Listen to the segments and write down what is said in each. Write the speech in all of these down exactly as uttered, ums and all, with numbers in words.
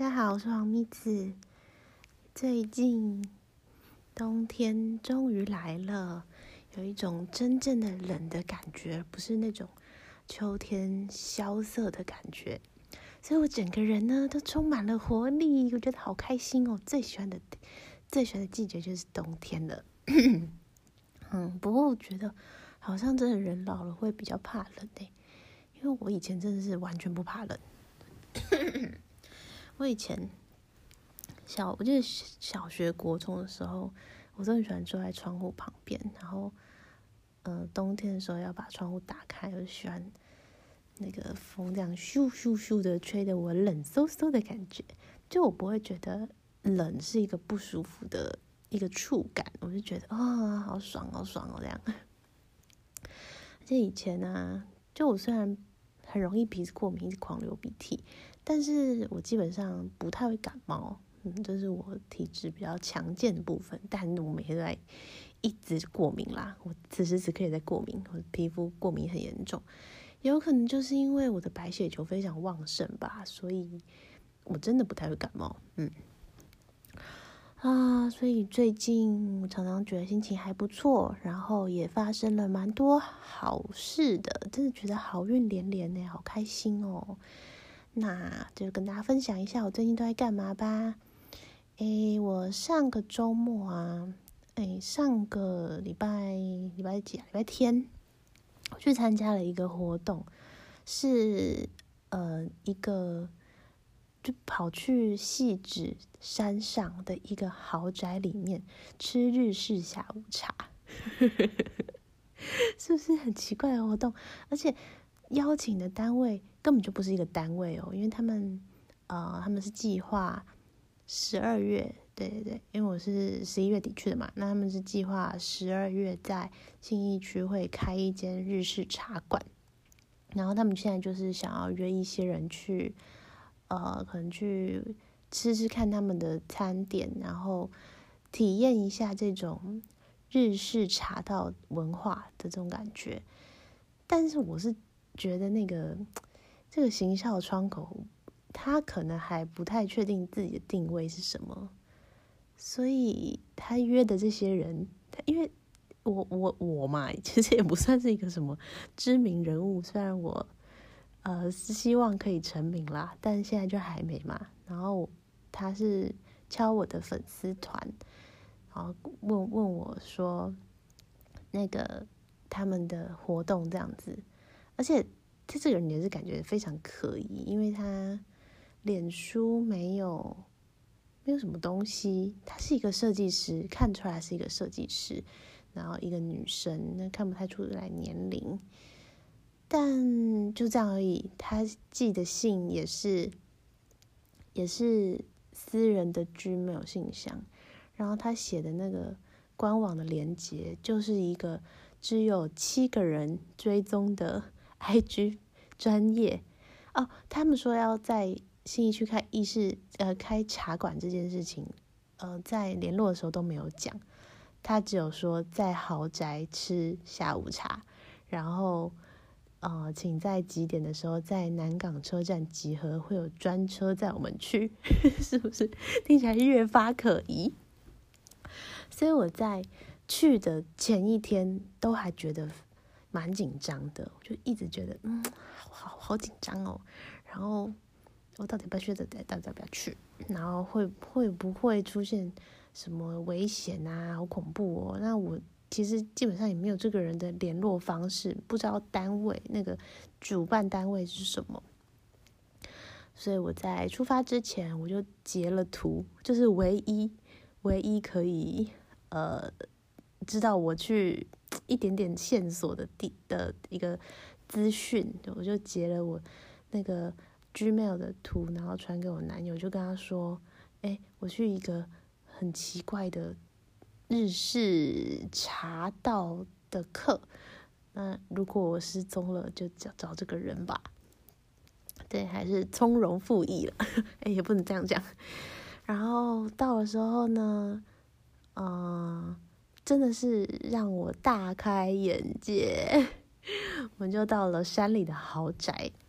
家好，我是黄蜜子。最近冬天终于来了，有一种真正的冷的感觉，不是那种秋天萧瑟的感觉，所以我整个人呢都充满了活力，我觉得好开心哦。最喜欢的最喜欢的季节就是冬天了。嗯，不过我觉得好像真的人老了会比较怕冷欸，因为我以前真的是完全不怕冷。我以前小，我记得小学、国中的时候，我都很喜欢坐在窗户旁边，然后，呃，冬天的时候要把窗户打开，我就喜欢那个风这样咻咻咻的吹得我冷飕飕的感觉，就我不会觉得冷是一个不舒服的一个触感，我就觉得啊、哦，好爽，好爽哦这样。而且以前啊，就我虽然很容易鼻子过敏，一直狂流鼻涕，但是我基本上不太会感冒，嗯，这是我体质比较强健的部分。但我每天都在一直过敏啦，我此时此刻也在过敏，我的皮肤过敏很严重，有可能就是因为我的白血球非常旺盛吧，所以我真的不太会感冒，嗯。啊，所以最近我常常觉得心情还不错，然后也发生了蛮多好事的，真的觉得好运连连呢，好开心哦。那就跟大家分享一下我最近都在干嘛吧。诶，我上个周末啊，诶，上个礼拜礼拜几啊？礼拜天，我去参加了一个活动，是呃一个。就跑去汐止山上的一个豪宅里面吃日式下午茶，是不是很奇怪的活动？而且邀请的单位根本就不是一个单位哦，因为他们呃他们是计划十二月，对对对，因为我是十一月底去的嘛，那他们是计划十二月在信义区会开一间日式茶馆，然后他们现在就是想要约一些人去。呃，可能去吃吃看他们的餐点，然后体验一下这种日式茶道文化的这种感觉。但是我是觉得那个这个行销窗口，他可能还不太确定自己的定位是什么，所以他约的这些人，他因为我我我嘛，其实也不算是一个什么知名人物，虽然我。呃，是希望可以成名啦，但现在就还没嘛。然后他是敲我的粉丝团，然后问问我说，那个他们的活动这样子，而且他这个人也是感觉非常可疑，因为他脸书没有没有什么东西，他是一个设计师，看出来是一个设计师，然后一个女生，那看不太出来年龄。但就这样而已，他寄的信也是也是私人的 Gmail 信箱，然后他写的那个官网的连结就是一个只有七个人追踪的 I G 专页哦。他们说要在信义区开意式呃开茶馆这件事情，呃，在联络的时候都没有讲，他只有说在豪宅吃下午茶，然后。呃，请在几点的时候在南港车站集合，会有专车载我们去，是不是听起来越发可疑？所以我在去的前一天都还觉得蛮紧张的，我就一直觉得嗯，好好紧张哦。然后我到底要不要去？到底要不要去？然后会会不会出现什么危险啊？好恐怖哦！那我。其实基本上也没有这个人的联络方式，不知道单位那个主办单位是什么，所以我在出发之前我就截了图，就是唯一唯一可以呃知道我去一点点线索的地的一个资讯，我就截了我那个 Gmail 的图，然后传给我男友，就跟他说，哎，我去一个很奇怪的。日式茶道的课，那如果我失踪了，就找找这个人吧。对，还是从容赴义了，哎，也不能这样讲。然后到的时候呢，嗯、呃，真的是让我大开眼界。我们就到了山里的豪宅，然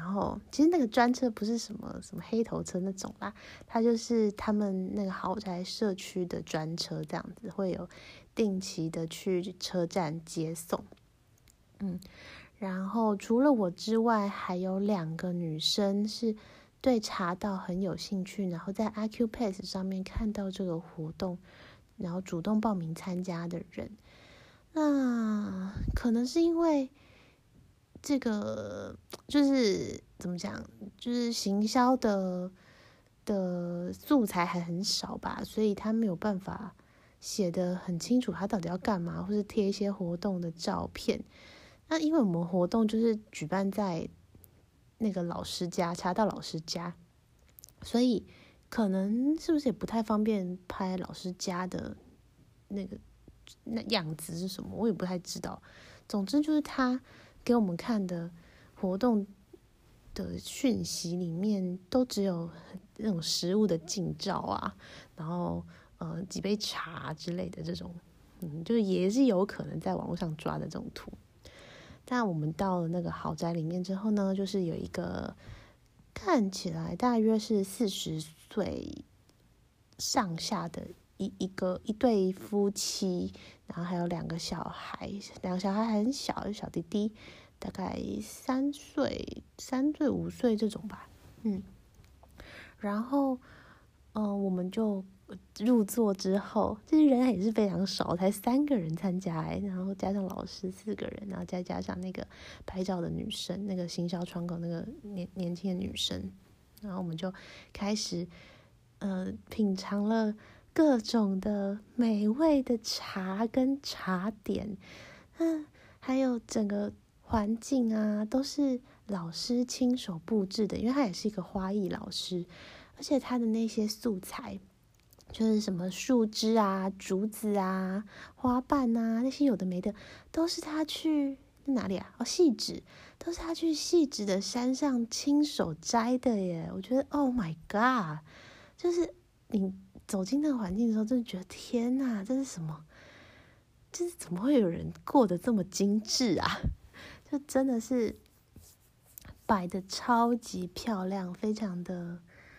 然后其实那个专车不是什么什么黑头车那种啦，它就是他们那个豪宅社区的专车，这样子会有定期的去车站接送。嗯，然后除了我之外，还有两个女生是对茶道很有兴趣，然后在 Acupass 上面看到这个活动，然后主动报名参加的人。那可能是因为这个就是怎么讲，就是行销的的素材还很少吧，所以他没有办法写得很清楚他到底要干嘛，或是贴一些活动的照片。那因为我们活动就是举办在那个老师家，茶道老师家，所以可能是不是也不太方便拍老师家的那个那样子是什么，我也不太知道。总之就是他给我们看的活动的讯息里面，都只有那种食物的近照啊，然后呃几杯茶之类的这种，嗯，就是也是有可能在网络上抓的这种图。但我们到了那个豪宅里面之后呢，就是有一个看起来大约是四十岁上下的一一个一对夫妻，然后还有两个小孩，两个小孩还很小，小弟弟大概三岁、三岁五岁这种吧，嗯，然后嗯、呃，我们就入座之后，其实人也是非常少，才三个人参加，然后加上老师四个人，然后再加上那个拍照的女生，那个行销窗口那个年年轻的女生，然后我们就开始呃品尝了各种的美味的茶跟茶点，嗯，还有整个环境啊，都是老师亲手布置的，因为他也是一个花艺老师，而且他的那些素材。就是什么树枝啊、竹子啊、花瓣啊，那些有的没的，都是他去哪里啊？哦，细致，都是他去细致的山上亲手摘的耶！我觉得 ，Oh my god，就是你走进那个环境的时候，真的觉得天哪，这是什么？就是怎么会有人过得这么精致啊？就真的是摆的超级漂亮，非常的。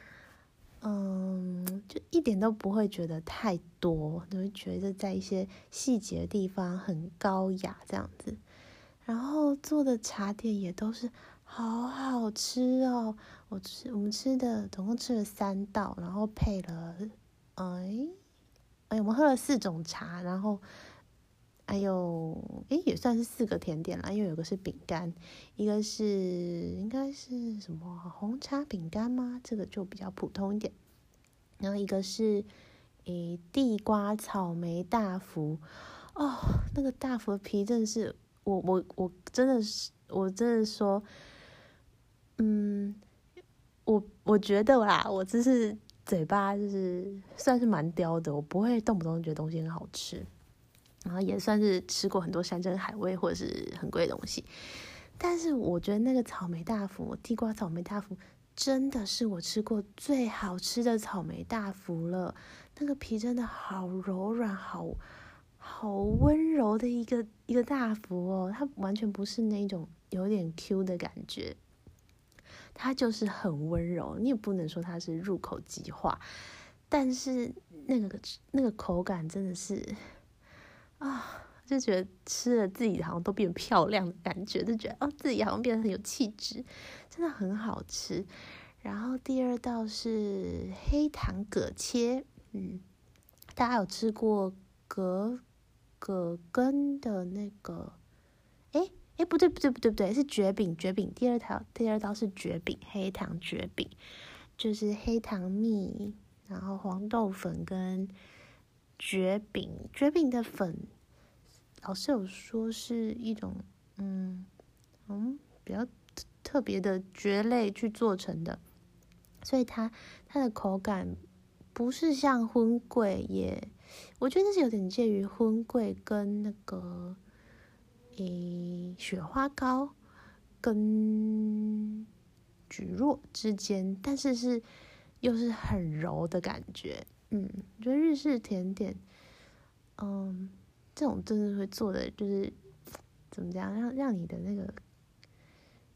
嗯，就一点都不会觉得太多，就会觉得在一些细节的地方很高雅这样子。然后做的茶点也都是好好吃哦。我吃我们吃的总共吃了三道，然后配了，哎哎，我们喝了四种茶，然后还有哎也算是四个甜点啦，因为有个是饼干，一个是应该是什么红茶饼干吗？这个就比较普通一点。然后一个是诶地瓜草莓大福哦，那个大福的皮真的是我我我真的是我真的说，嗯，我我觉得啦，我就是嘴巴就是算是蛮刁的，我不会动不动觉得东西很好吃。然后也算是吃过很多山珍海味或者是很贵的东西，但是我觉得那个草莓大福，地瓜草莓大福真的是我吃过最好吃的草莓大福了。那个皮真的好柔软，好好温柔的一个一个大福哦，它完全不是那种有点 Q 的感觉，它就是很温柔。你也不能说它是入口即化，但是那个那个口感真的是。啊，就觉得吃了自己好像都变漂亮的感觉，就觉得哦自己好像变得很有气质，真的很好吃。然后第二道是黑糖葛切，嗯，大家有吃过葛葛根的那个？诶诶，不对不对不对不对，是蕨饼蕨饼。第二道第二道是蕨饼，黑糖蕨饼，就是黑糖蜜，然后黄豆粉跟。蕨饼，蕨饼的粉，老师有说是一种，嗯嗯，比较特别的蕨类去做成的，所以它它的口感不是像荤桂，也我觉得是有点介于荤桂跟那个，诶雪花糕跟蒟蒻之间，但是是又是很柔的感觉。嗯，我觉得日式甜点，嗯，这种真的会做的就是怎么讲，让让你的那个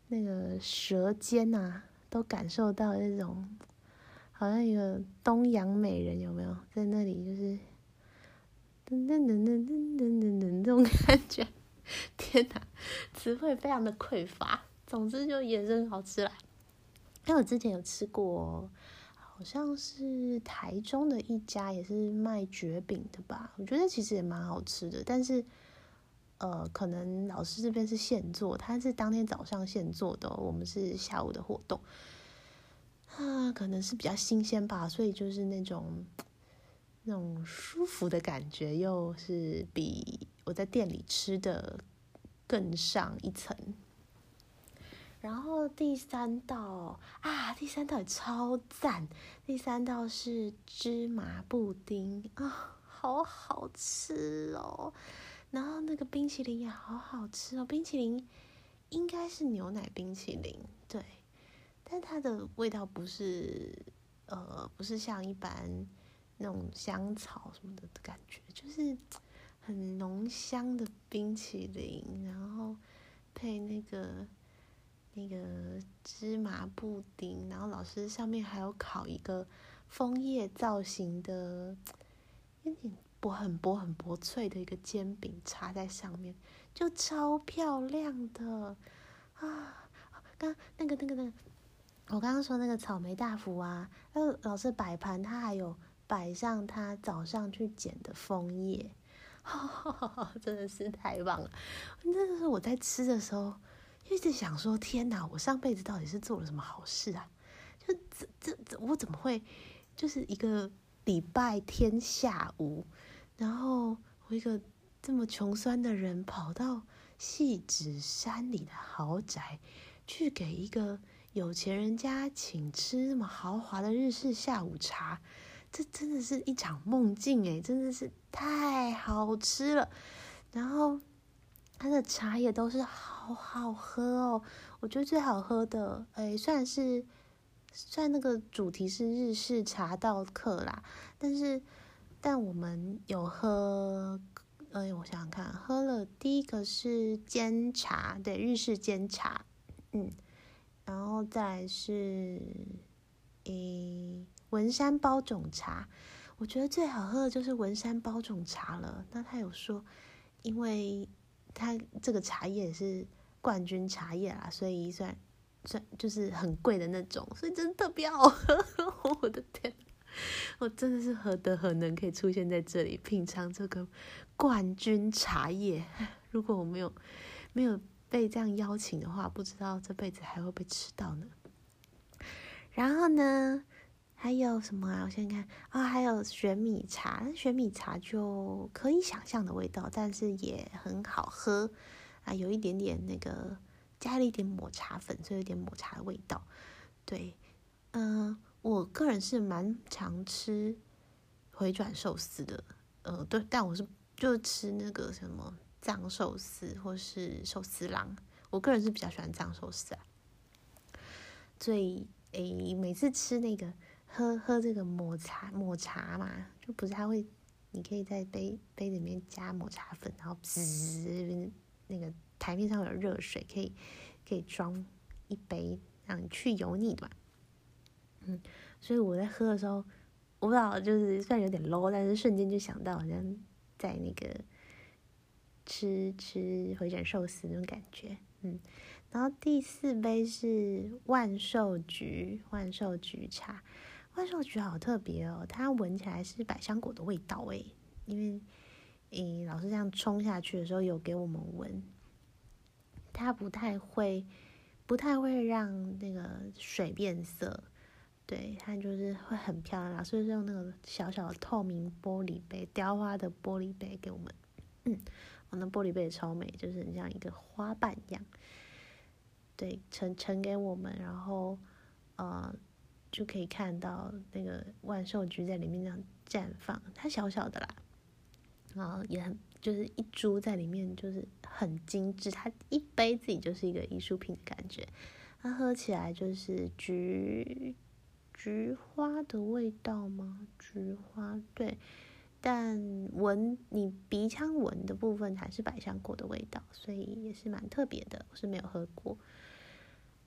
那个舌尖啊，都感受到那种好像一个东洋美人有没有在那里，就是噔噔噔噔噔噔噔噔这种感觉。天哪，词汇非常的匮乏。总之就也是很好吃啦。因为我之前有吃过，好像是台中的一家也是卖蕨饼的吧，我觉得其实也蛮好吃的，但是呃，可能老师这边是现做，他是当天早上现做的、哦，我们是下午的活动，啊，可能是比较新鲜吧，所以就是那种那种舒服的感觉，又是比我在店里吃的更上一层。然后第三道啊，第三道也超赞，第三道是芝麻布丁啊，好好吃哦。然后那个冰淇淋也好好吃哦，冰淇淋应该是牛奶冰淇淋，对，但它的味道不是呃不是像一般那种香草什么的的感觉，就是很浓香的冰淇淋，然后配那个。那个芝麻布丁，然后老师上面还有烤一个枫叶造型的，有点薄很薄很薄脆的一个煎饼插在上面，就超漂亮的啊！刚那个那个那个，我刚刚说那个草莓大福啊，那个老师摆盘他还有摆上他早上去捡的枫叶，真的是太棒了！真的是我在吃的时候。一直想说，天哪！我上辈子到底是做了什么好事啊？就这这这，我怎么会就是一个礼拜天下午，然后我一个这么穷酸的人，跑到汐止山里的豪宅，去给一个有钱人家请吃那么豪华的日式下午茶，这真的是一场梦境诶，真的是太好吃了。然后。它的茶也都是好好喝哦，我觉得最好喝的，哎，虽然是虽然那个主题是日式茶道课啦，但是但我们有喝，哎，我想想看，喝了第一个是煎茶，对，日式煎茶，嗯，然后再来是，诶，文山包种茶，我觉得最好喝的就是文山包种茶了。那他有说，因为它这个茶叶是冠军茶叶啦，所以算算就是很贵的那种，所以真的特别好喝。我的天，我真的是何德何能可以出现在这里品尝这个冠军茶叶？如果我没有没有被这样邀请的话，不知道这辈子还会不会吃到呢？然后呢？还有什么啊？我先看啊、哦，还有玄米茶，玄米茶就可以想象的味道，但是也很好喝啊，有一点点那个加了一点抹茶粉，所以有点抹茶的味道。对，嗯、呃，我个人是蛮常吃回转寿司的，呃，对，但我是就吃那个什么藏寿司或是寿司郎，我个人是比较喜欢藏寿司啊，所以诶，每次吃那个。喝喝这个抹茶抹茶嘛，就不是它会，你可以在杯杯里面加抹茶粉，然后滋，那个台面上有热水，可以可以装一杯让你去油腻的嘛。嗯，所以我在喝的时候，我不知道，就是虽然有点 low， 但是瞬间就想到好像在那个吃吃回转寿司那种感觉，嗯。然后第四杯是万寿菊万寿菊茶。万寿菊好特别哦，它闻起来是百香果的味道诶，因为诶老师这样冲下去的时候有给我们闻，它不太会不太会让那个水变色，对，它就是会很漂亮。老师是用那个小小的透明玻璃杯，雕花的玻璃杯给我们，嗯，我那玻璃杯也超美，就是很像一个花瓣一样，对，盛盛给我们，然后呃。就可以看到那个万寿菊在里面这样绽放，它小小的啦，然后也很就是一株在里面，就是很精致，它一杯自己就是一个艺术品的感觉。它喝起来就是菊菊花的味道吗？菊花对，但闻你鼻腔闻的部分还是百香果的味道，所以也是蛮特别的，我是没有喝过。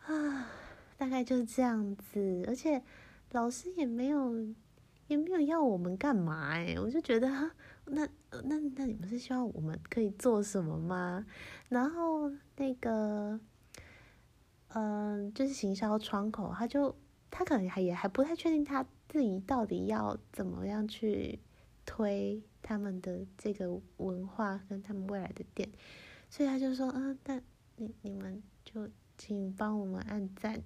啊，大概就是这样子。而且老师也没有也没有要我们干嘛哎、欸，我就觉得那那那你们是希望我们可以做什么吗？然后那个嗯、呃，就是行销窗口，他就他可能还也还不太确定他自己到底要怎么样去推他们的这个文化跟他们未来的店，所以他就说，嗯、呃，那你你们就请帮我们按赞。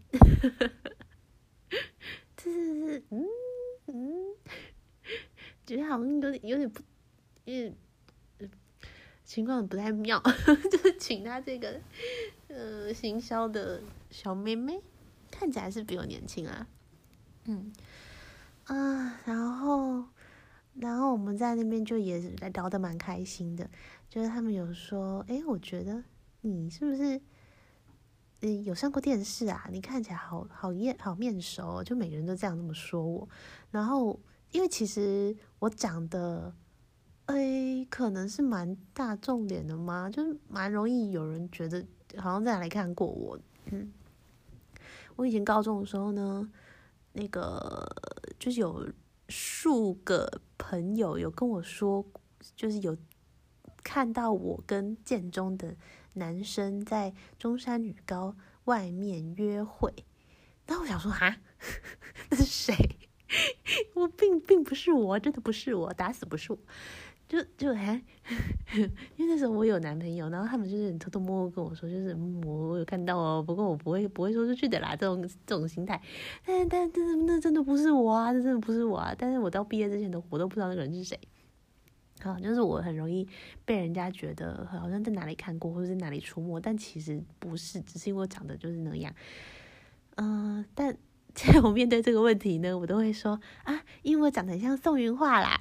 这是嗯嗯，觉得好像有点有点不，有点情况不太妙，就是请他这个呃行销的小妹妹，看起来是比我年轻啊，嗯啊，然后然后我们在那边就也聊得蛮开心的，就是他们有说，哎，我觉得你是不是嗯有上过电视啊？你看起来好好面好面熟哦，就每个人都这样那么说我，然后因为其实我长得。诶，可能是蛮大众脸的吗？就是蛮容易有人觉得好像在哪里看过我。嗯，我以前高中的时候呢，那个就是有数个朋友有跟我说，就是有看到我跟建中的男生在中山女高外面约会。然后我想说，哈，那是谁？我并并不是我，真的不是我，打死不是我。就就还，因为那时候我有男朋友，然后他们就是偷偷摸摸跟我说，就是我我有看到哦，不过我不会不会说出去的啦，这种这种心态。但但但是那真的不是我啊，那真的不是我啊！但是我到毕业之前都我都不知道那个人是谁。好，就是我很容易被人家觉得好像在哪里看过，或者在哪里出没，但其实不是，只是因为我长得就是那样。嗯、呃，但在我面对这个问题呢，我都会说啊，因为我长得很像宋云画啦。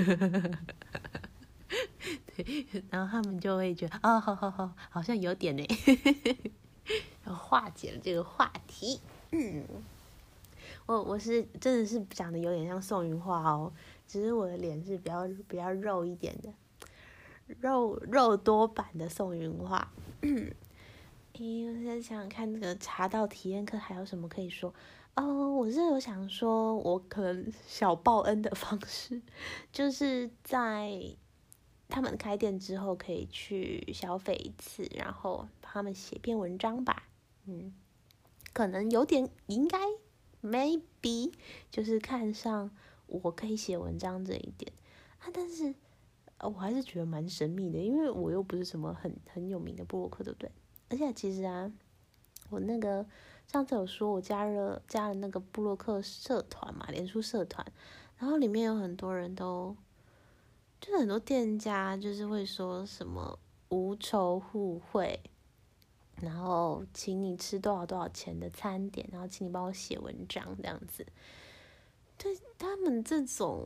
对，然后他们就会觉得啊、哦，好好好，好像有点呢，然后化解了这个话题。嗯，我我是真的是长得有点像宋云画哦，只是我的脸是比较比较肉一点的，肉肉多版的宋云画。嗯，诶，我在想想看，那个茶道体验课还有什么可以说？哦，我是有想说，我可能小报恩的方式，就是在他们开店之后可以去消费一次，然后帮他们写篇文章吧。嗯，可能有点应该 maybe 就是看上我可以写文章这一点啊，但是我还是觉得蛮神秘的，因为我又不是什么很很有名的部落客，对不对？而且其实啊，我那个上次有说我加了加了那个部落客社团嘛，脸书社团，然后里面有很多人都。就是很多店家就是会说什么无酬互惠，然后请你吃多少多少钱的餐点，然后请你帮我写文章这样子。对他们这种，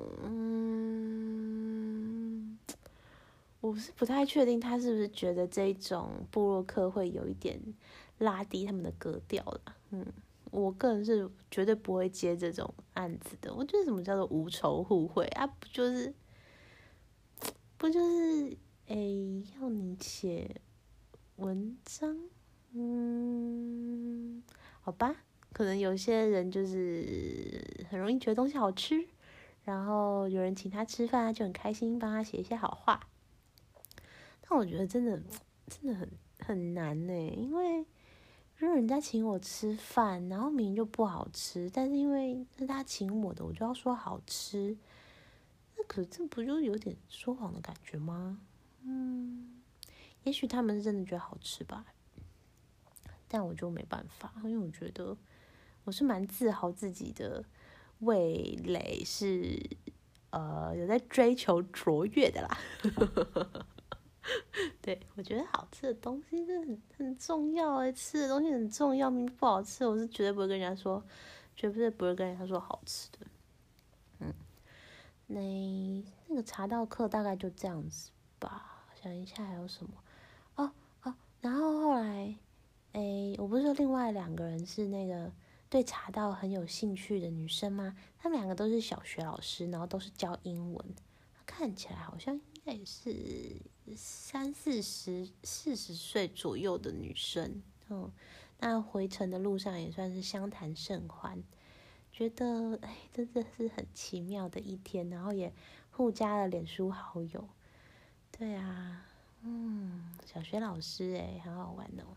嗯，我是不太确定他是不是觉得这种部落客会有一点拉低他们的格调啦。嗯，我个人是绝对不会接这种案子的。我觉得什么叫做无酬互惠啊？不就是？不就是诶，要你写文章，嗯，好吧，可能有些人就是很容易觉得东西好吃，然后有人请他吃饭，他就很开心，帮他写一些好话。但我觉得真的真的很很难呢，因为如果人家请我吃饭，然后明明就不好吃，但是因为是他请我的，我就要说好吃。那可是这不就有点说谎的感觉吗？嗯，也许他们是真的觉得好吃吧，但我就没办法，因为我觉得我是蛮自豪自己的味蕾是呃有在追求卓越的啦。对，我觉得好吃的东西真的很很重要哎，吃的东西很重要，明明不好吃，我是绝对不会跟人家说，绝对不会跟人家说好吃的。嗯。那那个茶道课大概就这样子吧，想一下还有什么哦哦，然后后来，诶，我不是说另外两个人是那个对茶道很有兴趣的女生吗？她们两个都是小学老师，然后都是教英文，看起来好像应该也是三四十四十岁左右的女生，嗯， 那回程的路上也算是相谈甚欢，觉得哎，真的是很奇妙的一天，然后也互加了脸书好友。对啊，嗯，小学老师哎，好好玩哦。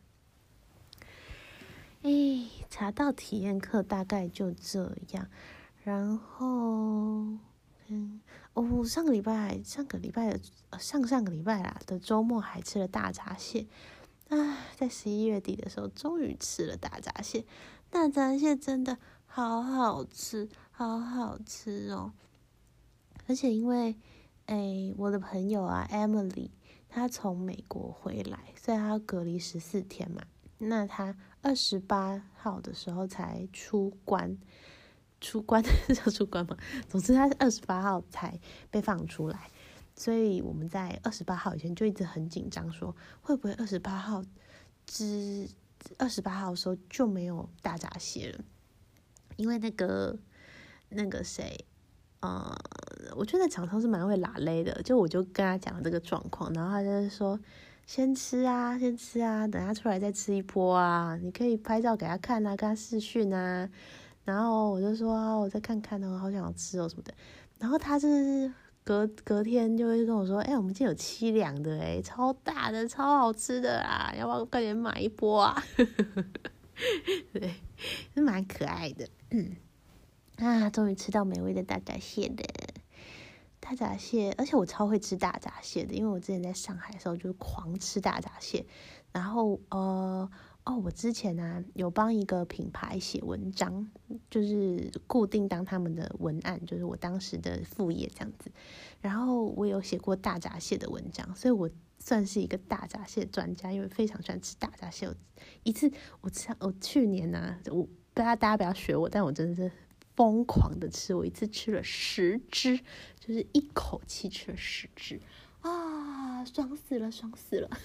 哎，茶道体验课大概就这样，然后嗯，哦，上个礼拜上个礼拜的、呃、上上个礼拜啦的周末还吃了大闸蟹。啊，在十一月底的时候，终于吃了大闸蟹。大闸蟹真的好好吃，好好吃哦！而且因为，哎，我的朋友啊 ，Emily， 她从美国回来，所以她要隔离十四天嘛。那她二十八号的时候才出关，出关是叫出关吗？总之，她是二十八号才被放出来。所以我们在二十八号以前就一直很紧张，说会不会二十八号之二十八号的时候就没有大闸蟹了？因为那个那个谁，呃，我觉得厂商是蛮会拉勒的，就我就跟他讲这个状况，然后他就说先吃啊，先吃啊，等他出来再吃一波啊，你可以拍照给他看啊，跟他视讯啊。然后我就说我再看看哦，好想吃哦什么的。然后他是。隔隔天就会跟我说，哎、欸，我们今天有七两的、欸，哎，超大的，超好吃的啊，要不要快点买一波啊？对，是蛮可爱的。嗯，啊，终于吃到美味的大闸蟹了。大闸蟹，而且我超会吃大闸蟹的，因为我之前在上海的时候就是狂吃大闸蟹。然后呃。哦，我之前啊有帮一个品牌写文章，就是固定当他们的文案，就是我当时的副业这样子。然后我有写过大闸蟹的文章，所以我算是一个大闸蟹专家，因为非常喜欢吃大闸蟹。一次我吃，我去年啊，我大家大家不要学我，但我真的是疯狂的吃，我一次吃了十只，就是一口气吃了十只啊，爽死了，爽死了。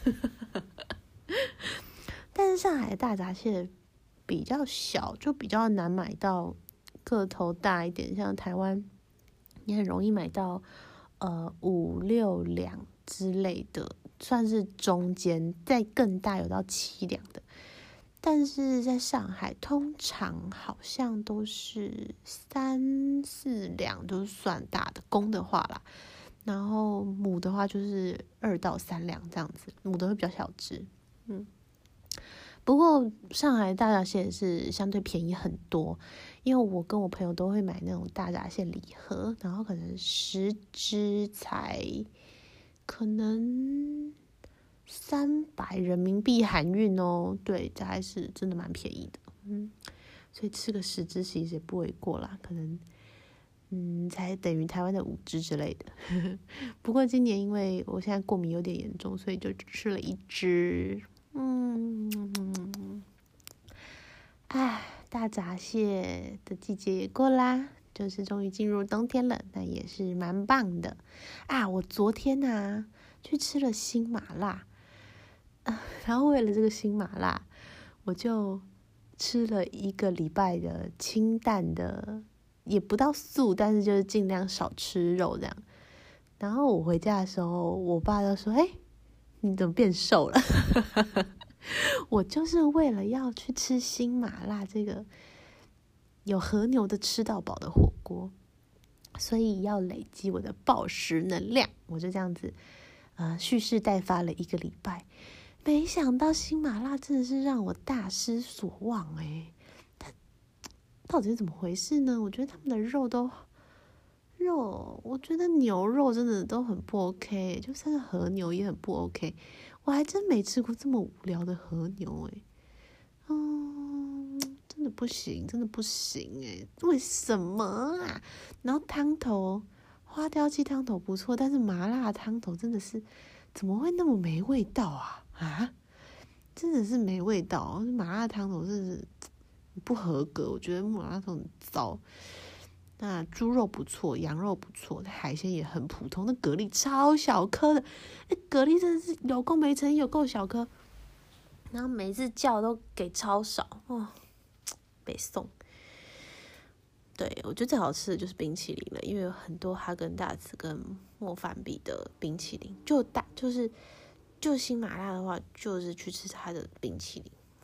但是上海的大闸蟹比较小，就比较难买到个头大一点，像台湾你很容易买到呃五六两之类的，算是中间，再更大有到七两的。但是在上海通常好像都是三四两都算大的，公的话啦，然后母的话就是二到三两这样子，母的会比较小只。嗯，不过上海大闸蟹是相对便宜很多，因为我跟我朋友都会买那种大闸蟹礼盒，然后可能十只才可能三百人民币含运哦，对，这还是真的蛮便宜的，嗯，所以吃个十只其实也不为过啦，可能嗯才等于台湾的五只之类的。不过今年因为我现在过敏有点严重，所以就只吃了一只。嗯，哎，大闸蟹的季节也过啦，就是终于进入冬天了，那也是蛮棒的啊！我昨天啊去吃了新麻辣，啊，然后为了这个新麻辣，我就吃了一个礼拜的清淡的，也不到素，但是就是尽量少吃肉这样。然后我回家的时候，我爸就说：“哎，你怎么变瘦了？”我就是为了要去吃新麻辣这个有和牛的吃到饱的火锅，所以要累积我的暴食能量，我就这样子呃蓄势待发了一个礼拜。没想到新麻辣真的是让我大失所望哎，它到底是怎么回事呢？我觉得他们的肉都肉，我觉得牛肉真的都很不 OK， 就算是和牛也很不 OK。我还真没吃过这么无聊的和牛哎，嗯，真的不行，真的不行哎，为什么啊？然后汤头，花雕鸡汤头不错，但是麻辣汤头真的是怎么会那么没味道啊？啊，真的是没味道，麻辣汤头真的是不合格，我觉得麻辣汤很糟。那猪肉不错，羊肉不错，海鲜也很普通。那蛤蜊超小颗的，那蛤蜊真的是有够没诚意，有够小颗。然后每次叫都给超少哦，北宋。对，我觉得最好吃的就是冰淇淋了，因为有很多哈根达斯跟莫凡比的冰淇淋，就大就是就新麻辣的话，就是去吃它的冰淇淋。哇，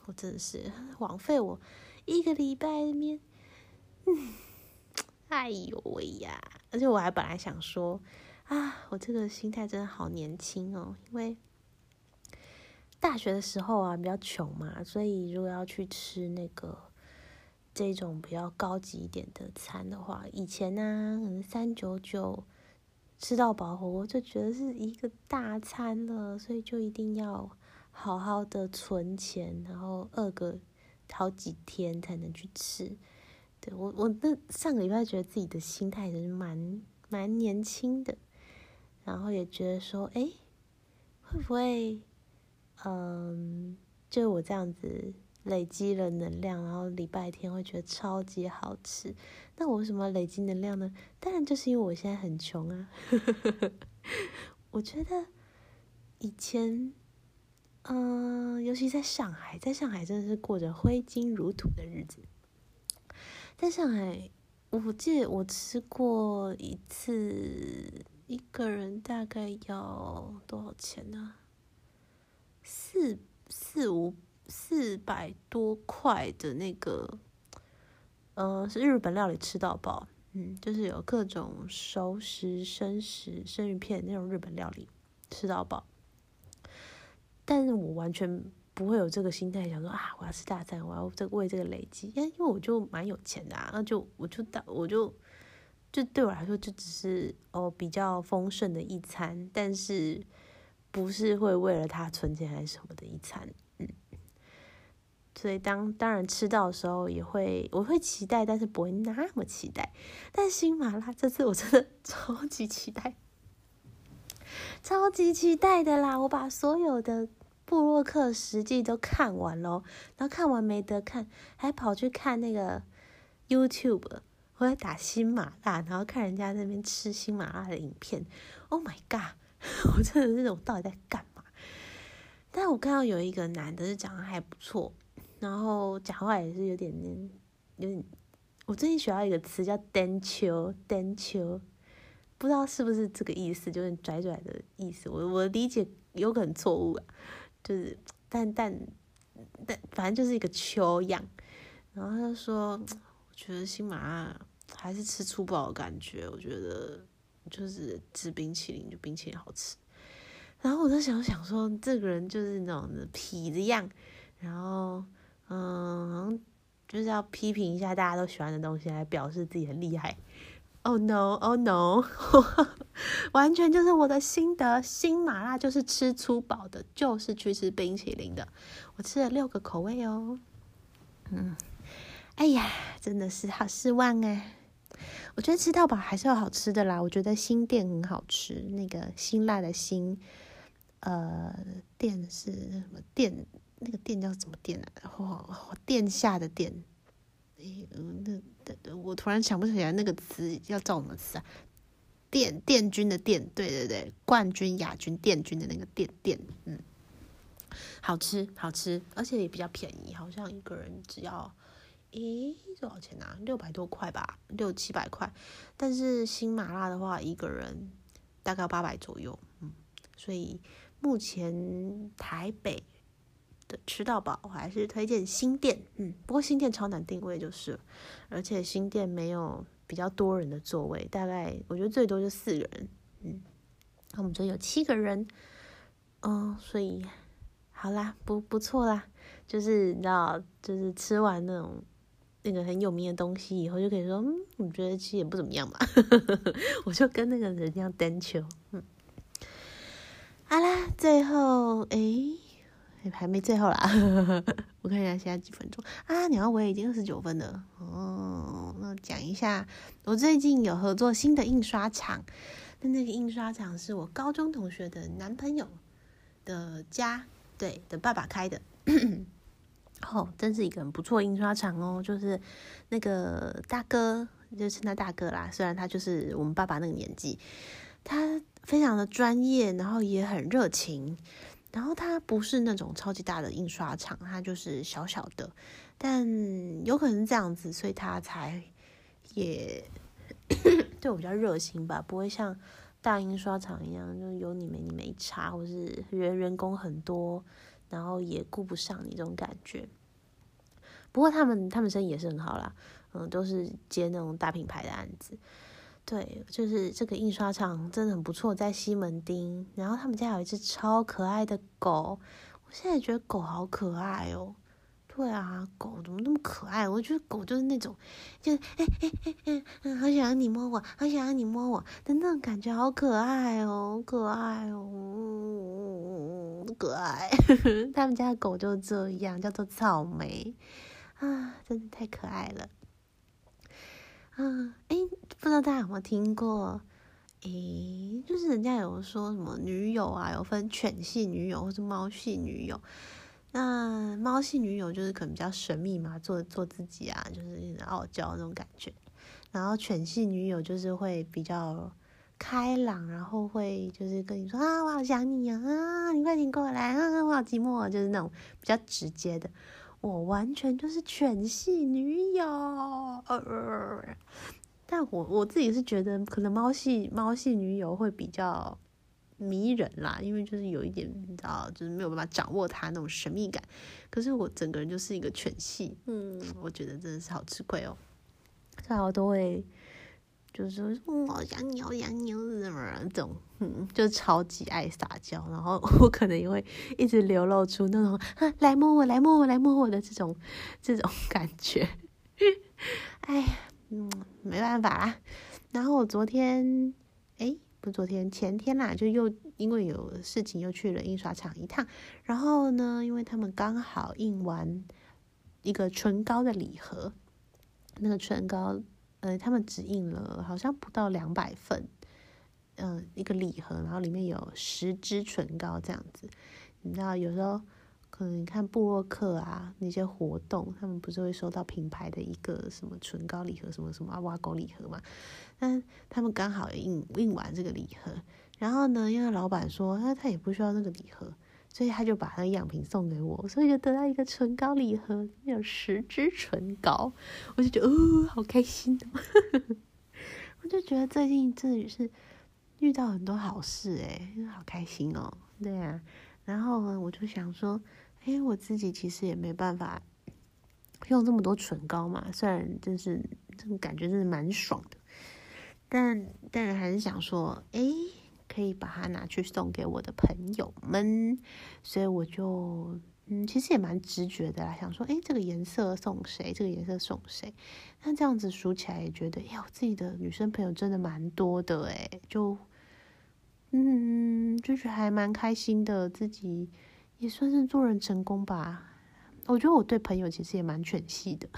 我真的是枉费我一个礼拜那边，嗯，哎呦喂呀！而且我还本来想说啊，我这个心态真的好年轻哦，因为大学的时候啊比较穷嘛，所以如果要去吃那个这种比较高级一点的餐的话，以前呢、啊、可能三九九吃到饱火锅就觉得是一个大餐了，所以就一定要好好的存钱，然后饿个好几天才能去吃。对，我我那上个礼拜觉得自己的心态也是蛮蛮年轻的，然后也觉得说，哎，会不会，嗯，就我这样子累积了能量，然后礼拜天会觉得超级好吃。那我为什么要累积能量呢？当然就是因为我现在很穷啊。我觉得以前，嗯、呃，尤其在上海，在上海真的是过着挥金如土的日子。在上海，我记得我吃过一次，一个人大概要多少钱呢？四四五四百多块的那个，呃，是日本料理吃到饱，嗯，就是有各种熟食、生食、生鱼片那种日本料理吃到饱。但是我完全不会有这个心态，想说啊，我要吃大餐，我要这为这个累积，因为因为我就蛮有钱的啊，那就我就到我就就对我来说就只是哦比较丰盛的一餐，但是不是会为了它存钱还是什么的一餐，嗯，所以当当然吃到的时候也会我会期待，但是不会那么期待。但新麻辣这次我真的超级期待，超级期待的啦！我把所有的部落客实际都看完咯，然后看完没得看，还跑去看那个 YouTube， 我在打新麻辣，然后看人家在那边吃新麻辣的影片。Oh my god！ 我真的是我到底在干嘛？但我看到有一个男的是讲的还不错，然后讲话也是有点有点，我最近学到一个词叫颠秋颠秋。不知道是不是这个意思，就是拽拽的意思。我我理解有可能错误啊，就是但但但反正就是一个秋样。然后他就说，我觉得新麻辣还是吃粗饱的感觉，我觉得就是吃冰淇淋就冰淇淋好吃。然后我在想想说，这个人就是那种痞子样，然后嗯，就是要批评一下大家都喜欢的东西，来表示自己很厉害。Oh no, oh no 完全就是我的心得，新麻辣就是吃粗饱的，就是去吃冰淇淋的。我吃了六个口味哦，嗯，哎呀，真的是好失望啊！我觉得吃到饱还是有好吃的啦，我觉得新店很好吃，那个辛辣的辛，呃，店是什么店？那个店叫什么店啊？哦，殿下的殿。嗯，那我突然想不起来那个词要叫什么词啊？殿殿军的殿，对对对，冠军、亚军、殿军的那个殿殿，嗯，好吃好吃，而且也比较便宜，好像一个人只要，诶，多少钱啊？六百多块吧，六七百块。但是新麻辣的话，一个人大概八百左右，嗯，所以目前台北的吃到饱，我还是推荐新店，嗯，不过新店超难定位就是，而且新店没有比较多人的座位，大概我觉得最多就四个人，嗯，那我们这有七个人，嗯，所以好啦，不不错啦，就是你知道，就是吃完那种那个很有名的东西以后，就可以说，嗯，我觉得其实也不怎么样嘛，我就跟那个人一样单球，嗯，好啦，最后诶。还没最后啦，我看一下现在几分钟啊？鸟要我已经二十九分了哦。那讲一下，我最近有合作新的印刷厂，那那个印刷厂是我高中同学的男朋友的家，对的爸爸开的。哦，真是一个很不错印刷厂哦，就是那个大哥，就是那大哥啦，虽然他就是我们爸爸那个年纪，他非常的专业，然后也很热情。然后它不是那种超级大的印刷厂，它就是小小的，但有可能是这样子，所以它才也对我比较热心吧，不会像大印刷厂一样，就有你没你没差，或是人人工很多然后也顾不上你这种感觉。不过他们他们生意也是很好啦，嗯，都是接那种大品牌的案子。对，就是这个印刷厂真的很不错，在西门町。然后他们家有一只超可爱的狗，我现在也觉得狗好可爱哦。对啊，狗怎么那么可爱？我觉得狗就是那种，就是哎哎哎哎，嗯，好想要你摸我，好想要你摸我的那种感觉，好可爱哦，可爱哦，可爱。他们家的狗就这样，叫做草莓啊，真的太可爱了。嗯，哎，不知道大家有没有听过？诶，就是人家有说什么女友啊，有分犬系女友或是猫系女友。那猫系女友就是可能比较神秘嘛，做做自己啊，就是有点傲娇那种感觉。然后犬系女友就是会比较开朗，然后会就是跟你说啊，我好想你啊，啊，你快点过来啊，我好寂寞啊，就是那种比较直接的。我完全就是犬系女友，呃，但我我自己是觉得，可能猫系猫系女友会比较迷人啦，因为就是有一点你知道，就是没有办法掌握它那种神秘感。可是我整个人就是一个犬系，嗯，我觉得真的是好吃亏哦。所以我都会就是说，嗯，好想你，好想你，什么这种，嗯，就是超级爱撒娇，然后我可能也会一直流露出那种啊，来摸我，来摸我，来摸我的这种这种感觉。哎呀，嗯，没办法啦。然后我昨天，哎，不是昨天，前天啦，就又因为有事情又去了印刷厂一趟。然后呢，因为他们刚好印完一个唇膏的礼盒，那个唇膏。呃，他们只印了好像不到两百份，嗯、呃，一个礼盒，然后里面有十支唇膏这样子。你知道，有时候可能你看部落客啊那些活动，他们不是会收到品牌的一个什么唇膏礼盒，什么什么挖沟礼盒嘛？但他们刚好印印完这个礼盒，然后呢，因为老板说他他也不需要那个礼盒。所以他就把那个样品送给我，所以就得到一个唇膏礼盒，有十支唇膏，我就觉得哦，好开心哦！我就觉得最近真的是遇到很多好事诶，好开心哦。对啊，然后呢，我就想说，哎，我自己其实也没办法用这么多唇膏嘛，虽然真是这种感觉真的蛮爽的，但但还是想说，哎。可以把它拿去送给我的朋友们，所以我就嗯，其实也蛮直觉的啦，想说，哎，这个颜色送谁？这个颜色送谁？那这样子数起来也觉得，哎，我自己的女生朋友真的蛮多的，哎，就嗯，就觉得还蛮开心的，自己也算是做人成功吧。我觉得我对朋友其实也蛮犬系的，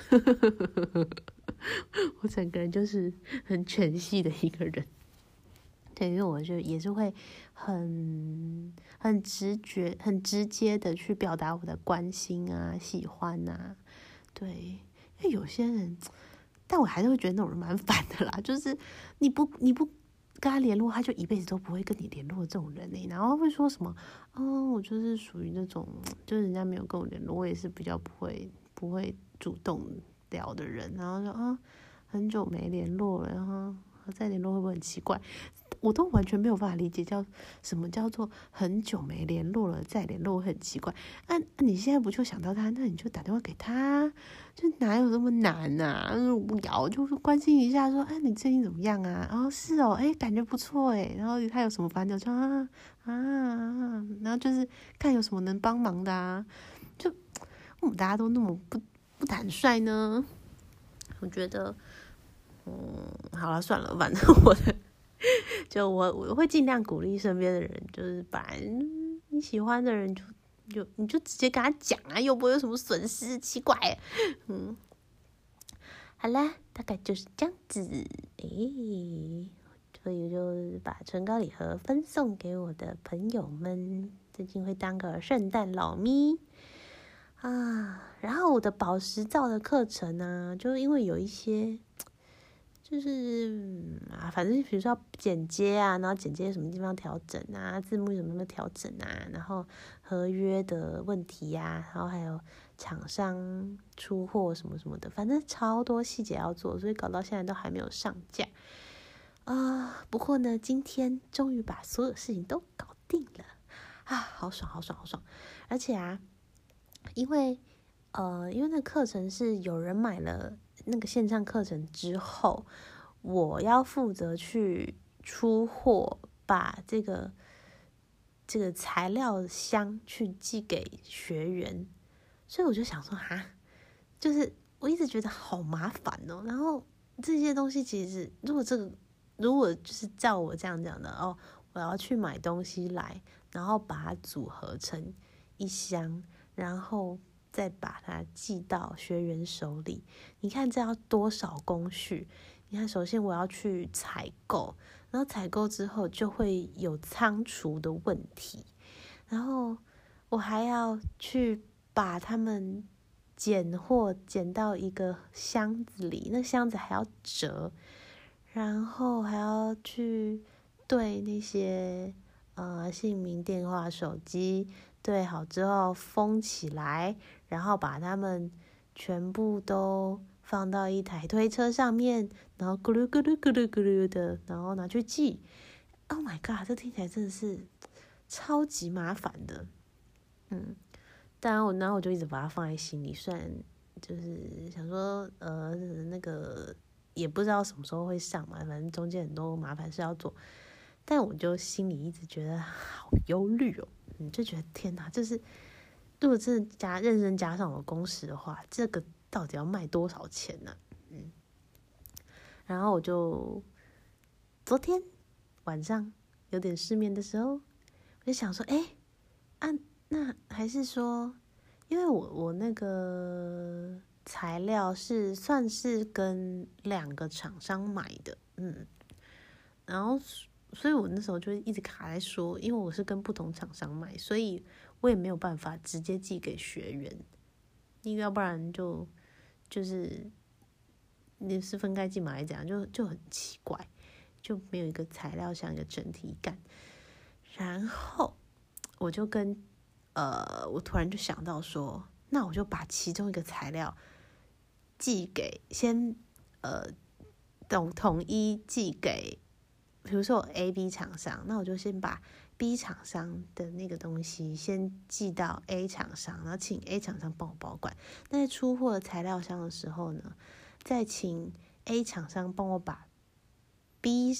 我整个人就是很犬系的一个人。对，因为我就也是会很很直觉、很直接的去表达我的关心啊、喜欢啊。对，因为有些人，但我还是会觉得那种人蛮烦的啦。就是你不你不跟他联络，他就一辈子都不会跟你联络这种人呢、欸。然后会说什么，嗯，我就是属于那种，就是人家没有跟我联络，我也是比较不会不会主动聊的人。然后说啊，很久没联络了，然后再联络会不会很奇怪？我都完全没有办法理解，叫什么叫做很久没联络了再联络会很奇怪。啊，你现在不就想到他，那你就打电话给他，就哪有这么难啊？无聊就是关心一下，说，哎，你最近怎么样啊？然后是哦，哎，感觉不错哎。然后他有什么烦恼，就啊啊啊，然后就是看有什么能帮忙的啊。就我们大家都那么不不坦率呢？我觉得，嗯，好了，算了，反正我的。就我我会尽量鼓励身边的人，就是把你喜欢的人就就你就直接跟他讲啊，又不会有什么损失，奇怪，嗯，好啦，大概就是这样子，诶，所以就把唇膏礼盒分送给我的朋友们，最近会当个圣诞老咪啊，然后我的宝石皂的课程呢、啊，就因为有一些。就是啊，反正比如说要剪接啊，然后剪接什么地方调整啊，字幕有什么调整啊，然后合约的问题呀、啊，然后还有厂商出货什么什么的，反正超多细节要做，所以搞到现在都还没有上架啊。不过呢，今天终于把所有事情都搞定了啊，好爽好爽好爽！而且啊， 因为呃，因为那个课程是有人买了那个线上课程之后，我要负责去出货，把这个这个材料箱去寄给学员，所以我就想说，哈，就是我一直觉得好麻烦哦。然后这些东西其实，如果这个如果就是照我这样讲的哦，我要去买东西来，然后把它组合成一箱，然后再把它寄到学员手里。你看这要多少工序？你看，首先我要去采购，然后采购之后就会有仓储的问题，然后我还要去把它们拣货拣到一个箱子里，那箱子还要折，然后还要去对那些呃姓名、电话、手机对好之后封起来，然后把它们全部都放到一台推车上面，然后咕噜咕噜咕噜咕噜的，然后拿去寄。Oh my god， 这听起来真的是超级麻烦的。嗯，当然我然后我就一直把它放在心里，虽然就是想说呃那个也不知道什么时候会上嘛，反正中间很多麻烦事要做，但我就心里一直觉得好忧虑哦。嗯，就觉得天哪，就是如果真的加认真加上我工时的话，这个到底要卖多少钱呢？嗯，然后我就昨天晚上有点失眠的时候，我就想说，哎，啊，那还是说，因为我我那个材料是算是跟两个厂商买的，嗯，然后所以我那时候就一直卡在说，因为我是跟不同厂商买，所以我也没有办法直接寄给学员，因为要不然就就是你是分开寄嘛，还是怎样，就就很奇怪，就没有一个材料像一个整体感。然后我就跟呃，我突然就想到说，那我就把其中一个材料寄给先呃统统一寄给，比如说我 A B 厂商，那我就先把 B 厂商的那个东西先寄到 A 厂商，然后请 A 厂商帮我保管。那在出货材料箱的时候呢，再请 A 厂商帮我把 B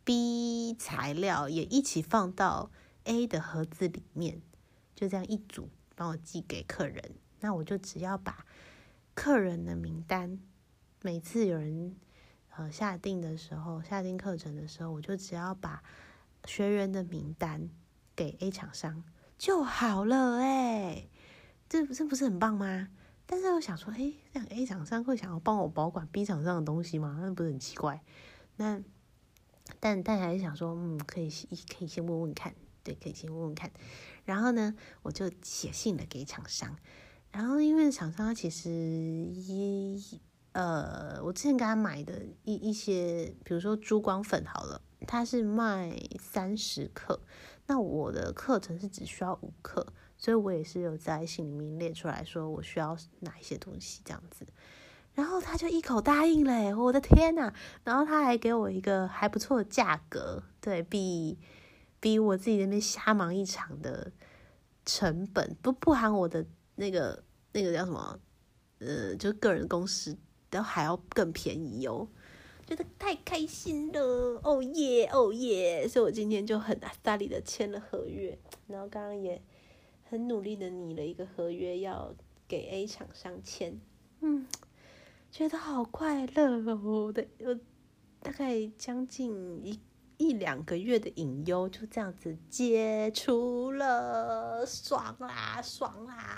B 材料也一起放到 A 的盒子里面，就这样一组帮我寄给客人。那我就只要把客人的名单，每次有人呃下定的时候，下定课程的时候，我就只要把学员的名单给 A 厂商就好了。哎，这这不是很棒吗？但是我想说，哎，这样 A 厂商会想要帮我保管 B 厂商的东西吗？那不是很奇怪？那但但还是想说，嗯，可以可以先问问看，对，可以先问问看。然后呢，我就写信了给厂商。然后因为厂商其实一呃，我之前给他买的一一些，比如说珠光粉好了，它是卖三十克，那我的课程是只需要五克，所以我也是有在信里面列出来说我需要哪一些东西这样子。然后他就一口答应了，我的天哪！然后他还给我一个还不错的价格，对比比我自己那边瞎忙一场的成本，不不含我的那个那个叫什么，呃，就个人工时，都还要更便宜哦，觉得太开心了，哦耶哦耶！所以我今天就很阿萨里的签了合约，然后刚刚也很努力的拟了一个合约要给 A 厂商签，嗯。觉得好快乐哦！的，我大概将近一一两个月的隐忧就这样子解除了，爽啦，爽啦！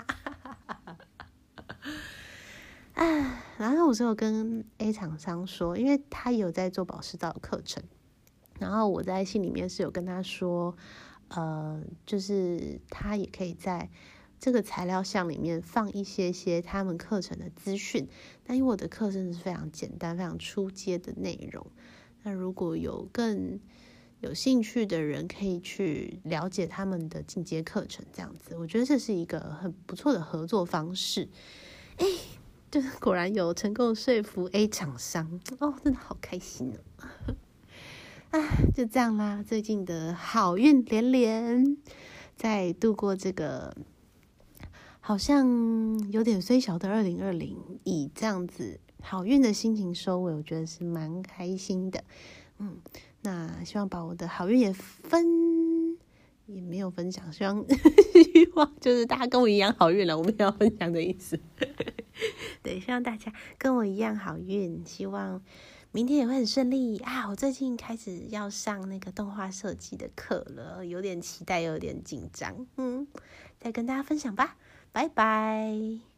啊，然后我就有跟 A 厂商说，因为他也有在做保湿皂的课程，然后我在信里面是有跟他说，呃，就是他也可以在这个材料箱里面放一些些他们课程的资讯，但因为我的课程是非常简单、非常初阶的内容，那如果有更有兴趣的人，可以去了解他们的进阶课程，这样子，我觉得这是一个很不错的合作方式。哎，就是果然有成功说服 A 厂商，哦，真的好开心哦！啊，就这样啦，最近的好运连连，在度过这个好像有点虽小的二零二零，以这样子好运的心情收尾，我觉得是蛮开心的。嗯，那希望把我的好运也分，也没有分享，希望希望就是大家跟我一样好运了，我没有要分享的意思。对，希望大家跟我一样好运，希望明天也会很顺利啊！我最近开始要上那个动画设计的课了，有点期待，有点紧张。嗯，再跟大家分享吧，拜拜。